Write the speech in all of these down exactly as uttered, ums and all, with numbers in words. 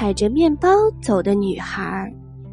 踩着面包走的女孩。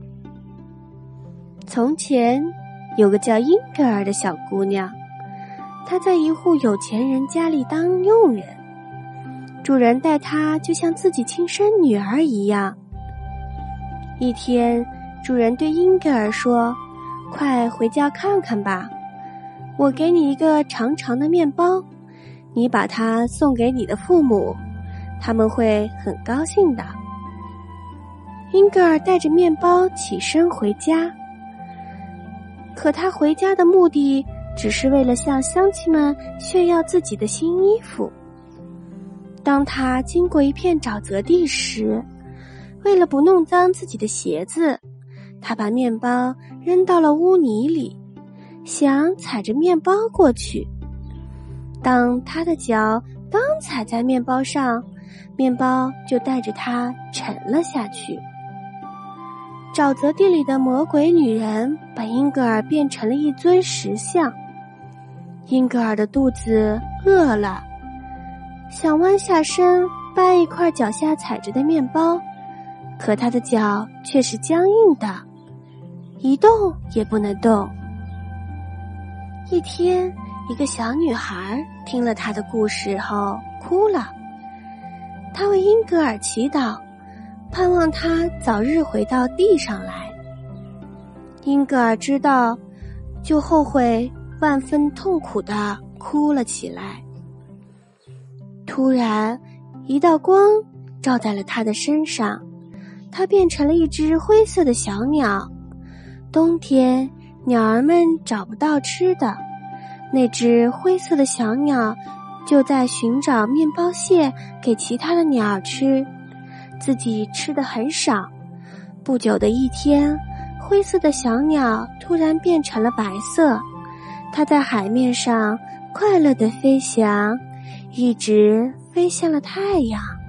从前有个叫英格尔的小姑娘，她在一户有钱人家里当佣人，主人待她就像自己亲生女儿一样。一天，主人对英格尔说：快回家看看吧，我给你一个长长的面包，你把它送给你的父母，他们会很高兴的。英格尔带着面包起身回家，可他回家的目的只是为了向乡亲们炫耀自己的新衣服。当他经过一片沼泽地时，为了不弄脏自己的鞋子，他把面包扔到了污泥里，想踩着面包过去。当他的脚刚踩在面包上，面包就带着他沉了下去。沼泽地里的魔鬼女人把英格尔变成了一尊石像。英格尔的肚子饿了，想弯下身掰一块脚下踩着的面包，可他的脚却是僵硬的，一动也不能动。一天，一个小女孩听了他的故事后哭了，她为英格尔祈祷，盼望他早日回到地上来。英格尔知道，就后悔万分痛苦地哭了起来。突然，一道光照在了他的身上，他变成了一只灰色的小鸟。冬天，鸟儿们找不到吃的，那只灰色的小鸟就在寻找面包屑给其他的鸟儿吃，自己吃得很少。不久的一天，灰色的小鸟突然变成了白色，它在海面上快乐地飞翔，一直飞向了太阳。